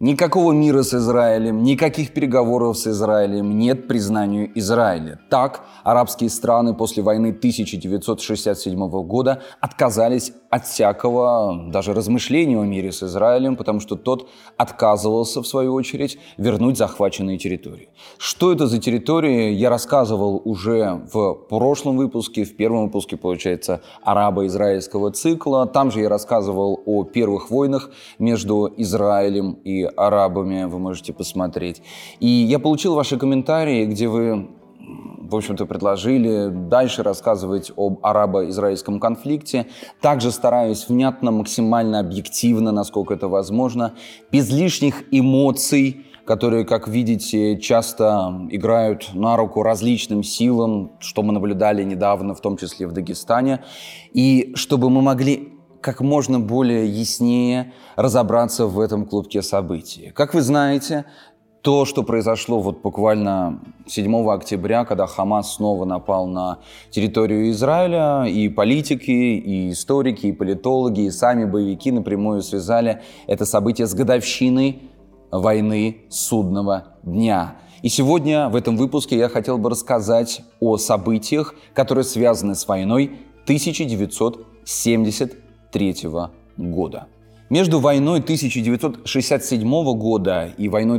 Никакого мира с Израилем, никаких переговоров с Израилем, нет признанию Израиля. Так, арабские страны после войны 1967 года отказались от всякого даже размышления о мире с Израилем, потому что тот отказывался, в свою очередь, вернуть захваченные территории. Что это за территории, я рассказывал уже в прошлом выпуске, в первом выпуске, получается, арабо-израильского цикла. Там же я рассказывал о первых войнах между Израилем и арабами, вы можете посмотреть. И я получил ваши комментарии, где вы, в общем-то, предложили дальше рассказывать об арабо-израильском конфликте. Также стараюсь внятно, максимально объективно, насколько это возможно, без лишних эмоций, которые, как видите, часто играют на руку различным силам, что мы наблюдали недавно, в том числе в Дагестане, и чтобы мы могли как можно более яснее разобраться в этом клубке событий. Как вы знаете, то, что произошло вот буквально 7 октября, когда Хамас снова напал на территорию Израиля, и политики, и историки, и политологи, и сами боевики напрямую связали это событие с годовщиной войны Судного дня. И сегодня в этом выпуске я хотел бы рассказать о событиях, которые связаны с войной 1973 года. Между войной 1967 года и войной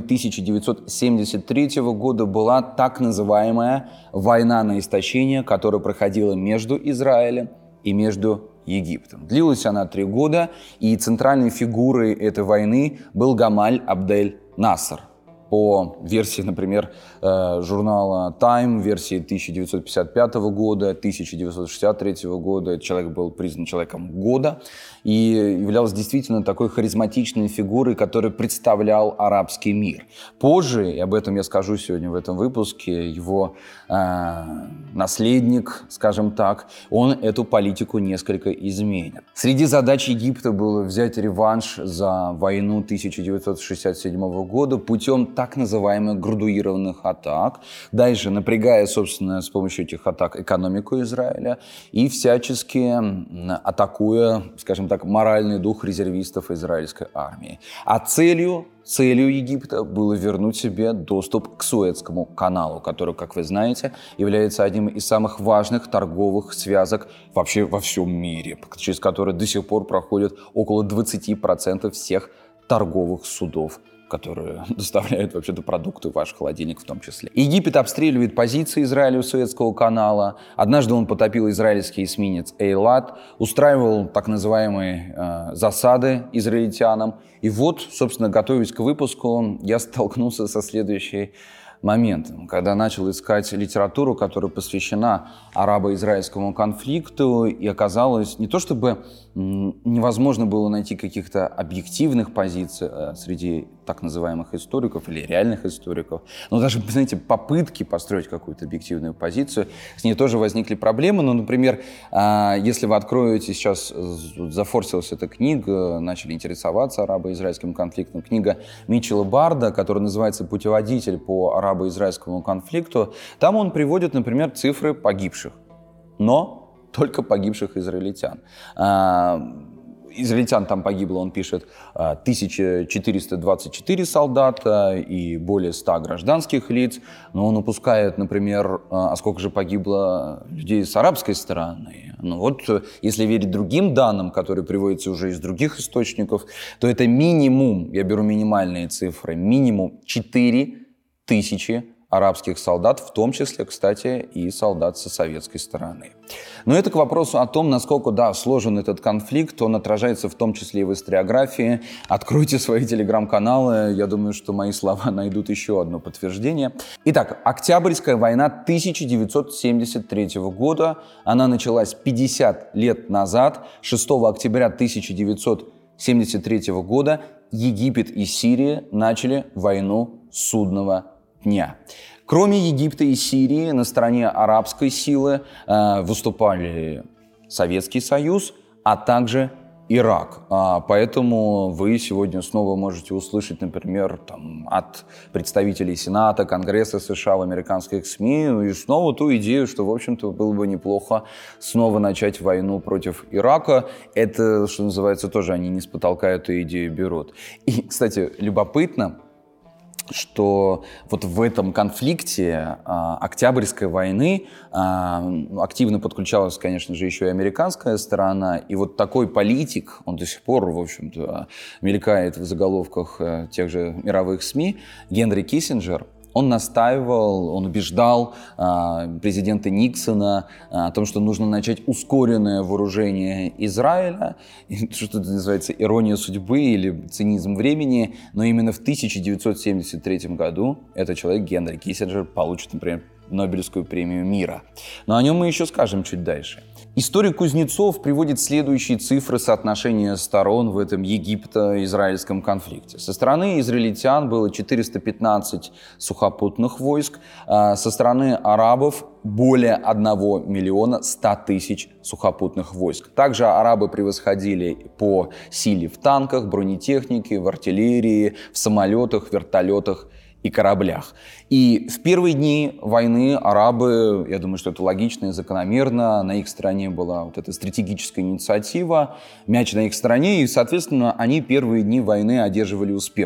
1973 года была так называемая война на истощение, которая проходила между Израилем и между Египтом. Длилась она 3 года, и центральной фигурой этой войны был Гамаль Абдель Насер. По версии, например, журнала Time, версии 1955 года, 1963 года, этот человек был признан человеком года и являлся действительно такой харизматичной фигурой, который представлял арабский мир. Позже, и об этом я скажу сегодня в этом выпуске, его наследник, скажем так, он эту политику несколько изменит. Среди задач Египта было взять реванш за войну 1967 года путем так называемых градуированных атак, дальше напрягая, собственно, с помощью этих атак экономику Израиля и всячески атакуя, скажем так, моральный дух резервистов израильской армии. А целью Египта было вернуть себе доступ к Суэцкому каналу, который, как вы знаете, является одним из самых важных торговых связок вообще во всем мире, через который до сих пор проходят около 20% всех торговых судов, которые доставляют вообще-то продукты в ваш холодильник в том числе. Египет обстреливает позиции Израиля у Суэцкого канала. Однажды он потопил израильский эсминец Эйлат, устраивал так называемые засады израильтянам. И вот, собственно, готовясь к выпуску, я столкнулся со следующей моментом, когда начал искать литературу, которая посвящена арабо-израильскому конфликту, и оказалось не то чтобы невозможно было найти каких-то объективных позиций среди так называемых историков или реальных историков, но даже, знаете, попытки построить какую-то объективную позицию, с ней тоже возникли проблемы. Ну, например, если вы откроете сейчас, зафорсилась эта книга, начали интересоваться арабо-израильским конфликтом, книга Митчелла Барда, которая называется «Путеводитель по арабо-израильскому конфликту», там он приводит, например, цифры погибших, но только погибших израильтян. Израильтян там погибло, он пишет, 1424 солдата и более 100 гражданских лиц. Но он упускает, например, а сколько же погибло людей с арабской стороны. Ну вот, если верить другим данным, которые приводятся уже из других источников, то это минимум, я беру минимальные цифры, минимум 4000 арабских солдат, в том числе, кстати, и солдат со советской стороны. Но это к вопросу о том, насколько, да, сложен этот конфликт, он отражается в том числе и в историографии. Откройте свои телеграм-каналы, я думаю, что мои слова найдут еще одно подтверждение. Итак, Октябрьская война 1973 года, она началась 50 лет назад, 6 октября 1973 года Египет и Сирия начали войну Судного дня. Кроме Египта и Сирии, на стороне арабской силы выступали Советский Союз, а также Ирак. Поэтому вы сегодня снова можете услышать, например, от представителей Сената, Конгресса США в американских СМИ и снова ту идею, что, в общем-то, было бы неплохо снова начать войну против Ирака. Это, что называется, тоже они не с потолка эту идею берут. И, кстати, любопытно, что вот в этом конфликте Октябрьской войны активно подключалась, конечно же, еще и американская сторона. И вот такой политик, он до сих пор, в общем-то, мелькает в заголовках тех же мировых СМИ, Генри Киссинджер. Он настаивал, он убеждал президента Никсона о том, что нужно начать ускоренное вооружение Израиля. Что это называется ирония судьбы или цинизм времени. Но именно в 1973 году этот человек, Генри Киссинджер, получит, например, Нобелевскую премию мира. Но о нем мы еще скажем чуть дальше. Историк Кузнецов приводит следующие цифры соотношения сторон в этом египто-израильском конфликте. Со стороны израильтян было 415 сухопутных войск, со стороны арабов более 1 миллиона 100 тысяч сухопутных войск. Также арабы превосходили по силе в танках, бронетехнике, в артиллерии, в самолетах, вертолетах и кораблях. И в первые дни войны арабы, я думаю, что это логично и закономерно, на их стороне была вот эта стратегическая инициатива, мяч на их стороне, и, соответственно, они первые дни войны одерживали успех.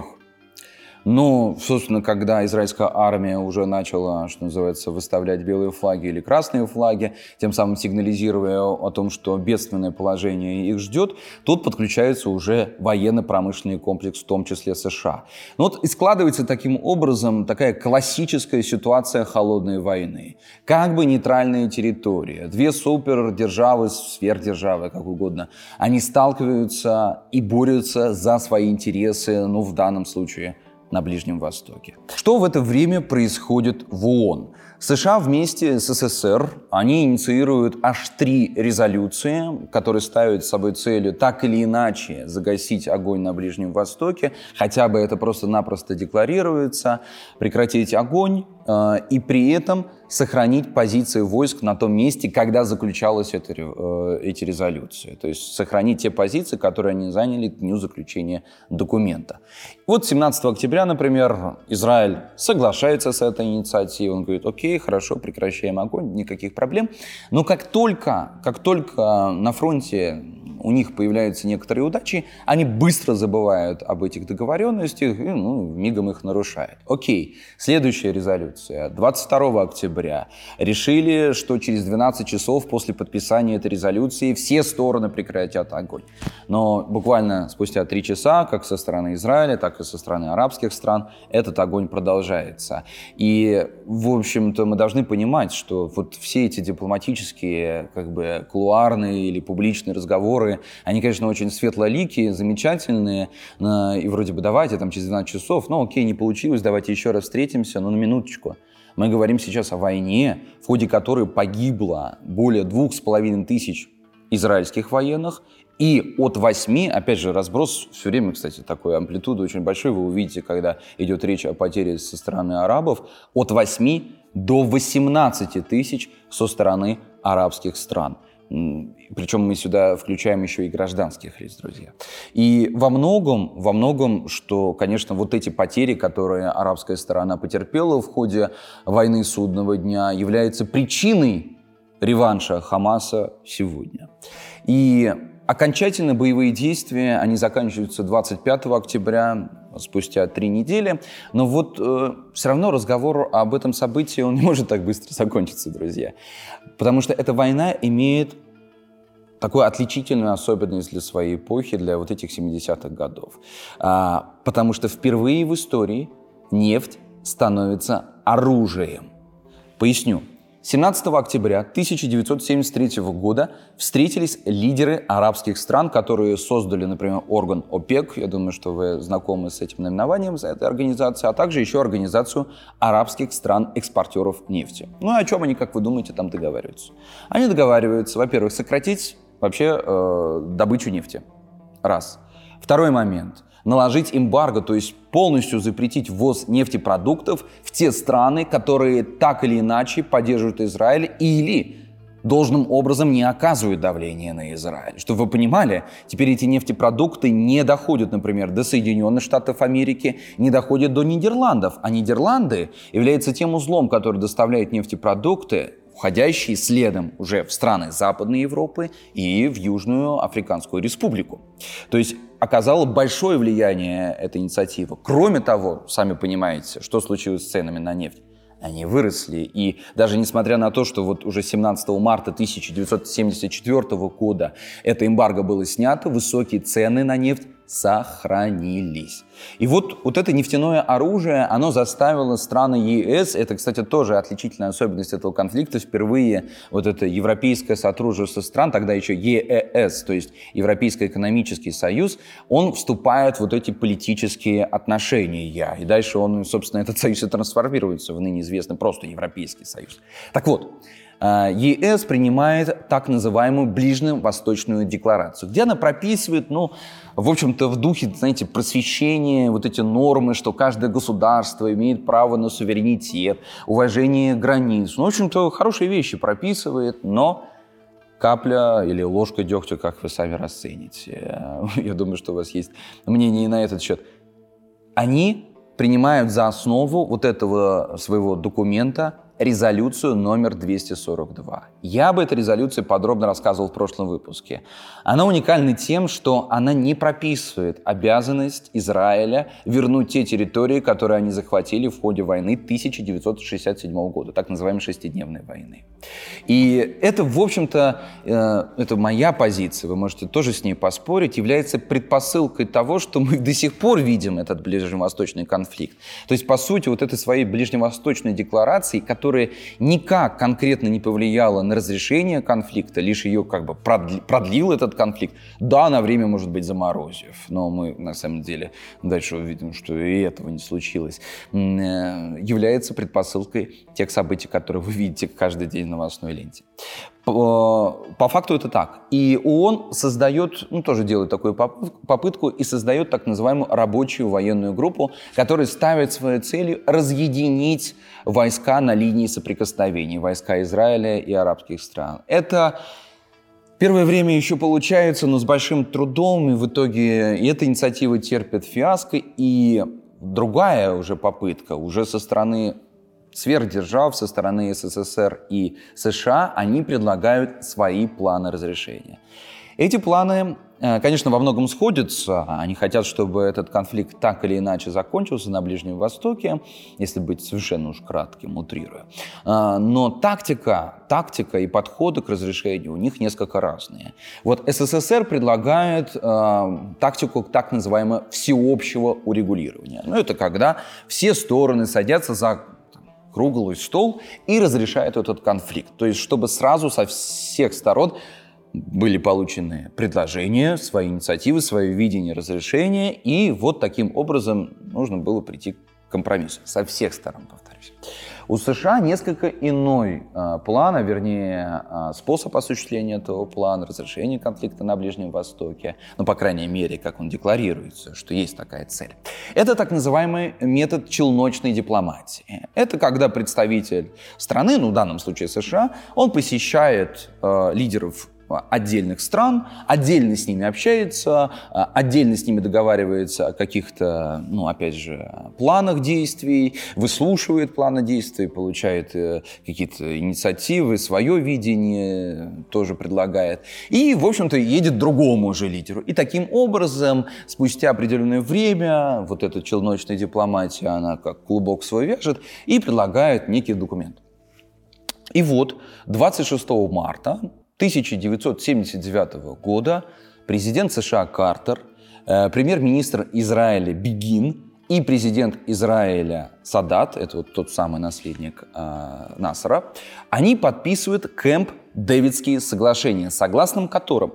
Но, собственно, когда израильская армия уже начала, что называется, выставлять белые флаги или красные флаги, тем самым сигнализируя о том, что бедственное положение их ждет, тут подключается уже военно-промышленный комплекс, в том числе США. Но вот и складывается таким образом такая классическая ситуация холодной войны. Как бы нейтральная территория, две супердержавы, сверхдержавы, как угодно, они сталкиваются и борются за свои интересы, в данном случае, на Ближнем Востоке. Что в это время происходит в ООН? США вместе с СССР, они инициируют аж 3 резолюции, которые ставят с собой целью так или иначе загасить огонь на Ближнем Востоке, хотя бы это просто-напросто декларируется, прекратить огонь и при этом сохранить позиции войск на том месте, когда заключалась эти резолюции. То есть сохранить те позиции, которые они заняли к дню заключения документа. Вот 17 октября, например, Израиль соглашается с этой инициативой. Он говорит: окей, хорошо, прекращаем огонь, никаких проблем. Но как только на фронте у них появляются некоторые удачи, они быстро забывают об этих договоренностях и мигом их нарушают. Окей, следующая резолюция. 22 октября решили, что через 12 часов после подписания этой резолюции все стороны прекратят огонь. Но буквально спустя 3 часа, как со стороны Израиля, так и со стороны арабских стран, этот огонь продолжается. И, в общем-то, мы должны понимать, что вот все эти дипломатические, кулуарные или публичные разговоры, они, конечно, очень светлоликие, замечательные, и вроде бы давайте через 12 часов, окей, не получилось, давайте еще раз встретимся, но на минуточку. Мы говорим сейчас о войне, в ходе которой погибло более 2500 израильских военных, и от 8, опять же, разброс все время, кстати, такой амплитуды очень большой, вы увидите, когда идет речь о потере со стороны арабов, от 8 до 18 тысяч со стороны арабских стран. Причем мы сюда включаем еще и гражданских лиц, друзья. И во многом, что, конечно, вот эти потери, которые арабская сторона потерпела в ходе войны Судного дня, являются причиной реванша Хамаса сегодня. И окончательно боевые действия, они заканчиваются 25 октября, спустя 3 недели. Но все равно разговор об этом событии, он не может так быстро закончиться, друзья. Потому что эта война имеет такую отличительную особенность для своей эпохи, для вот этих 70-х годов. Потому что впервые в истории нефть становится оружием. Поясню. 17 октября 1973 года встретились лидеры арабских стран, которые создали, например, орган ОПЕК. Я думаю, что вы знакомы с этим наименованием, с этой организацией, а также еще организацию арабских стран-экспортеров нефти. Ну и о чем они, как вы думаете, там договариваются? Они договариваются, во-первых, сократить вообще добычу нефти. Раз. Второй момент. Наложить эмбарго, то есть полностью запретить ввоз нефтепродуктов в те страны, которые так или иначе поддерживают Израиль или должным образом не оказывают давление на Израиль. Чтобы вы понимали, теперь эти нефтепродукты не доходят, например, до Соединенных Штатов Америки, не доходят до Нидерландов. А Нидерланды являются тем узлом, который доставляет нефтепродукты, входящие следом уже в страны Западной Европы и в Южную Африканскую Республику. То есть оказало большое влияние эта инициатива. Кроме того, сами понимаете, что случилось с ценами на нефть. Они выросли, и даже несмотря на то, что вот уже 17 марта 1974 года это эмбарго было снято, высокие цены на нефть сохранились. И вот это нефтяное оружие, оно заставило страны ЕС, это, кстати, тоже отличительная особенность этого конфликта, впервые вот это европейское сотрудничество стран, тогда еще ЕЭС, то есть Европейский экономический союз, он вступает в вот эти политические отношения. И дальше он, собственно, этот союз и трансформируется в ныне известный просто Европейский союз. Так вот, ЕС принимает так называемую Ближневосточную декларацию, где она прописывает, в общем-то, в духе, знаете, просвещения, вот эти нормы, что каждое государство имеет право на суверенитет, уважение границ. В общем-то, хорошие вещи прописывает, но капля или ложка дегтя, как вы сами расцените. Я думаю, что у вас есть мнение и на этот счет. Они принимают за основу вот этого своего документа резолюцию номер 242. Я об этой резолюции подробно рассказывал в прошлом выпуске. Она уникальна тем, что она не прописывает обязанность Израиля вернуть те территории, которые они захватили в ходе войны 1967 года, так называемой шестидневной войны. И это, в общем-то, это моя позиция, вы можете тоже с ней поспорить, является предпосылкой того, что мы до сих пор видим этот ближневосточный конфликт. То есть, по сути, вот этой своей ближневосточной декларации, которая никак конкретно не повлияла на разрешение конфликта, лишь ее как бы продлил этот конфликт, да, на время, может быть, заморозив, но мы на самом деле дальше увидим, что и этого не случилось, является предпосылкой тех событий, которые вы видите каждый день в новостной ленте. По факту это так. И ООН создает, тоже делает такую попытку и создает так называемую рабочую военную группу, которая ставит своей целью разъединить войска на линии соприкосновения, войска Израиля и арабских стран. Это первое время еще получается, но с большим трудом, и в итоге эта инициатива терпит фиаско, и другая уже попытка, уже со стороны сверхдержав, со стороны СССР и США, они предлагают свои планы разрешения. Эти планы, конечно, во многом сходятся. Они хотят, чтобы этот конфликт так или иначе закончился на Ближнем Востоке, если быть совершенно уж кратким, утрируя. Но тактика и подходы к разрешению у них несколько разные. Вот СССР предлагает тактику так называемого всеобщего урегулирования. Это когда все стороны садятся за круглый стол и разрешают этот конфликт. То есть, чтобы сразу со всех сторон были получены предложения, свои инициативы, свое видение разрешения, и вот таким образом нужно было прийти к компромиссу. Со всех сторон, повторюсь. У США несколько иной план, а вернее способ осуществления этого плана, разрешения конфликта на Ближнем Востоке, по крайней мере, как он декларируется, что есть такая цель. Это так называемый метод челночной дипломатии. Это когда представитель страны, в данном случае США, он посещает лидеров отдельных стран, отдельно с ними общается, отдельно с ними договаривается о каких-то, опять же, планах действий, выслушивает планы действий, получает какие-то инициативы, свое видение тоже предлагает. И, в общем-то, едет другому уже лидеру. И таким образом, спустя определенное время, вот эта челночная дипломатия, она как клубок свой вяжет и предлагает некий документ. И вот 26 марта 1979 года президент США Картер, премьер-министр Израиля Бегин и президент Израиля Садат, это вот тот самый наследник Насара, они подписывают Кэмп-Дэвидские соглашения, согласно которым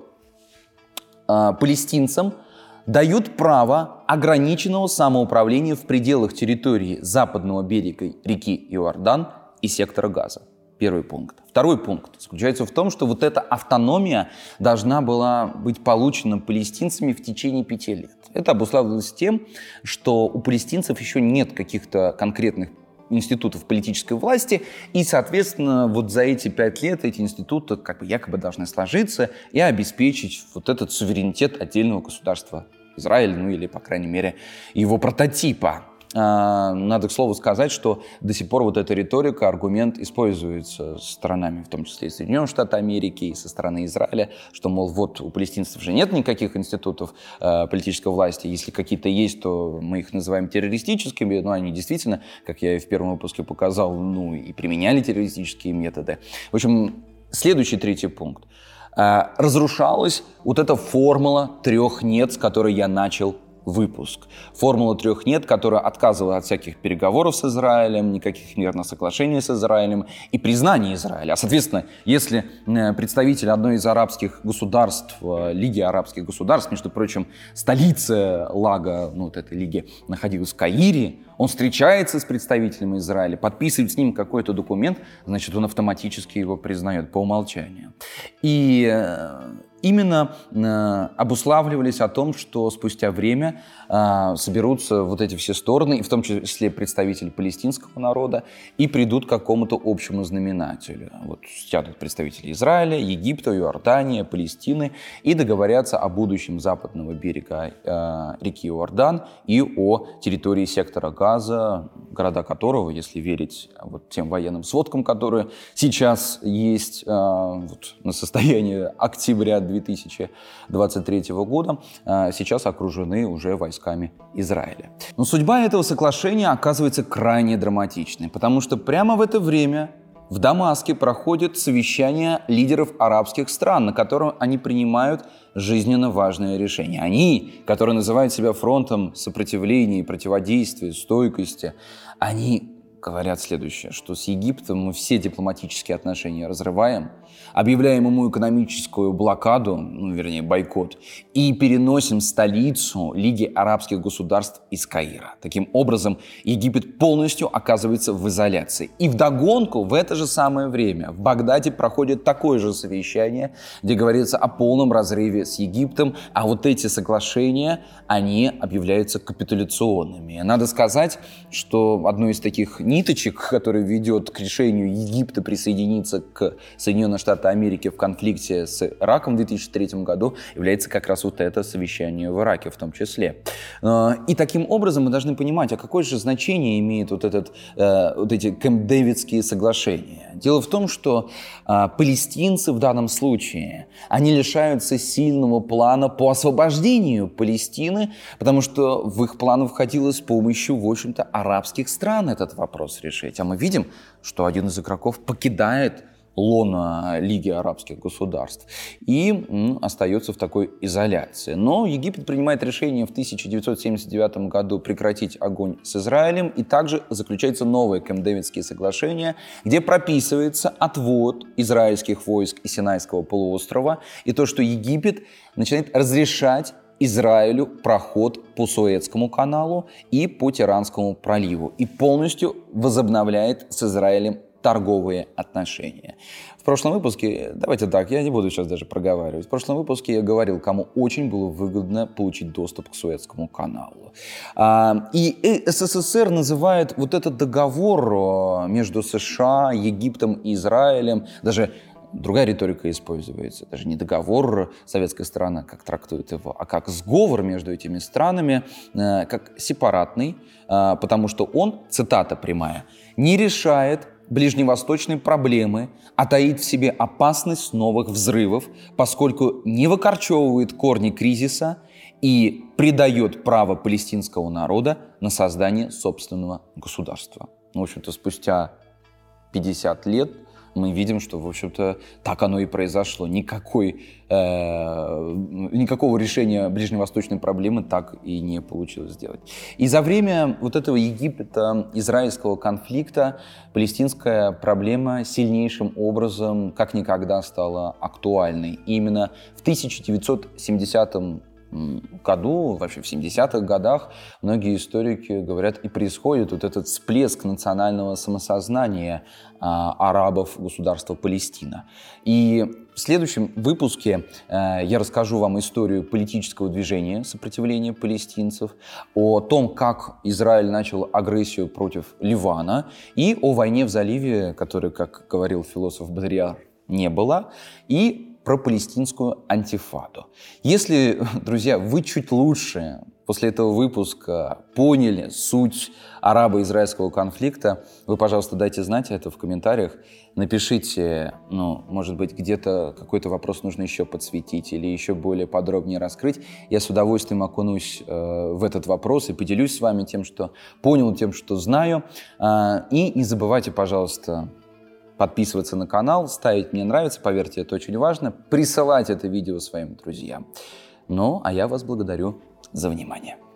палестинцам дают право ограниченного самоуправления в пределах территории западного берега реки Иордан и сектора Газа. Первый пункт. Второй пункт заключается в том, что вот эта автономия должна была быть получена палестинцами в течение 5 лет. Это обуславливалось тем, что у палестинцев еще нет каких-то конкретных институтов политической власти, и, соответственно, вот за эти 5 лет эти институты как бы якобы должны сложиться и обеспечить вот этот суверенитет отдельного государства Израиль, ну или, по крайней мере, его прототипа. Надо, к слову, сказать, что до сих пор вот эта риторика, аргумент используется сторонами, в том числе и Соединенных Штатов Америки, и со стороны Израиля, что, мол, вот у палестинцев же нет никаких институтов политической власти, если какие-то есть, то мы их называем террористическими, но они действительно, как я и в первом выпуске показал, ну и применяли террористические методы. В общем, следующий третий пункт. Разрушалась вот эта формула 3 «нет», с которой я начал выпуск. Формула 3 «нет», которая отказывала от всяких переговоров с Израилем, никаких мирных соглашений с Израилем и признания Израиля. А, соответственно, если представитель одной из арабских государств, Лиги арабских государств, между прочим, столица Лага, ну, вот этой лиги, находилась в Каире, он встречается с представителем Израиля, подписывает с ним какой-то документ, значит, он автоматически его признает по умолчанию. И именно обуславливались о том, что спустя время соберутся вот эти все стороны, и в том числе представители палестинского народа, и придут к какому-то общему знаменателю. Вот сядут представители Израиля, Египта, Иордании, Палестины и договорятся о будущем западного берега реки Иордан и о территории сектора Газа, города которого, если верить вот тем военным сводкам, которые сейчас есть вот, на состояние октября 2023 года, сейчас окружены уже войсками Израиля. Но судьба этого соглашения оказывается крайне драматичной, потому что прямо в это время в Дамаске проходит совещание лидеров арабских стран, на котором они принимают жизненно важные решения. Они, которые называют себя фронтом сопротивления, противодействия, стойкости, они говорят следующее, что с Египтом мы все дипломатические отношения разрываем, объявляем ему экономическую блокаду, ну, вернее, бойкот, и переносим столицу Лиги арабских государств из Каира. Таким образом, Египет полностью оказывается в изоляции. И вдогонку в это же самое время в Багдаде проходит такое же совещание, где говорится о полном разрыве с Египтом, а вот эти соглашения, они объявляются капитуляционными. Надо сказать, что одной из таких ниточек, которая ведет к решению Египта присоединиться к Соединенным Штатам Америки в конфликте с Ираком в 2003 году, является как раз вот это совещание в Ираке в том числе. И таким образом мы должны понимать, а какое же значение имеют вот эти Кэмп-Дэвидские соглашения. Дело в том, что палестинцы в данном случае, они лишаются сильного плана по освобождению Палестины, потому что в их планы входило с помощью, в общем-то, арабских стран этот вопрос решить. А мы видим, что один из игроков покидает лоно Лиги арабских государств и остается в такой изоляции. Но Египет принимает решение в 1979 году прекратить огонь с Израилем, и также заключается новое Кэмп-Дэвидские соглашения, где прописывается отвод израильских войск из Синайского полуострова и то, что Египет начинает разрешать Израилю проход по Суэцкому каналу и по Тиранскому проливу и полностью возобновляет с Израилем торговые отношения. В прошлом выпуске, давайте так, я не буду сейчас даже проговаривать, в прошлом выпуске я говорил, кому очень было выгодно получить доступ к Суэцкому каналу. И СССР называет вот этот договор между США, Египтом и Израилем, даже другая риторика используется, даже не договор советская сторона, как трактует его, а как сговор между этими странами, как сепаратный, потому что он, цитата прямая, не решает ближневосточной проблемы, а таит в себе опасность новых взрывов, поскольку не выкорчевывает корни кризиса и придает право палестинского народа на создание собственного государства. В общем-то, спустя 50 лет мы видим, что, в общем-то, так оно и произошло. Никакого решения ближневосточной проблемы так и не получилось сделать. И за время вот этого Египта-израильского конфликта палестинская проблема сильнейшим образом, как никогда, стала актуальной. И именно в 1970 году, вообще в 70-х годах, многие историки говорят, и происходит вот этот всплеск национального самосознания арабов государства Палестина. И В следующем выпуске я расскажу вам историю политического движения сопротивления палестинцев, о том, как Израиль начал агрессию против Ливана, и о войне в заливе, которой, как говорил философ Бодрияр, не было, и про палестинскую антифаду. Если, друзья, вы чуть лучше после этого выпуска поняли суть арабо-израильского конфликта, вы, пожалуйста, дайте знать это в комментариях. Напишите, может быть, где-то какой-то вопрос нужно еще подсветить или еще более подробнее раскрыть. Я с удовольствием окунусь в этот вопрос и поделюсь с вами тем, что понял, тем, что знаю. И не забывайте, пожалуйста, подписываться на канал, ставить «Мне нравится», поверьте, это очень важно, присылать это видео своим друзьям. А я вас благодарю за внимание.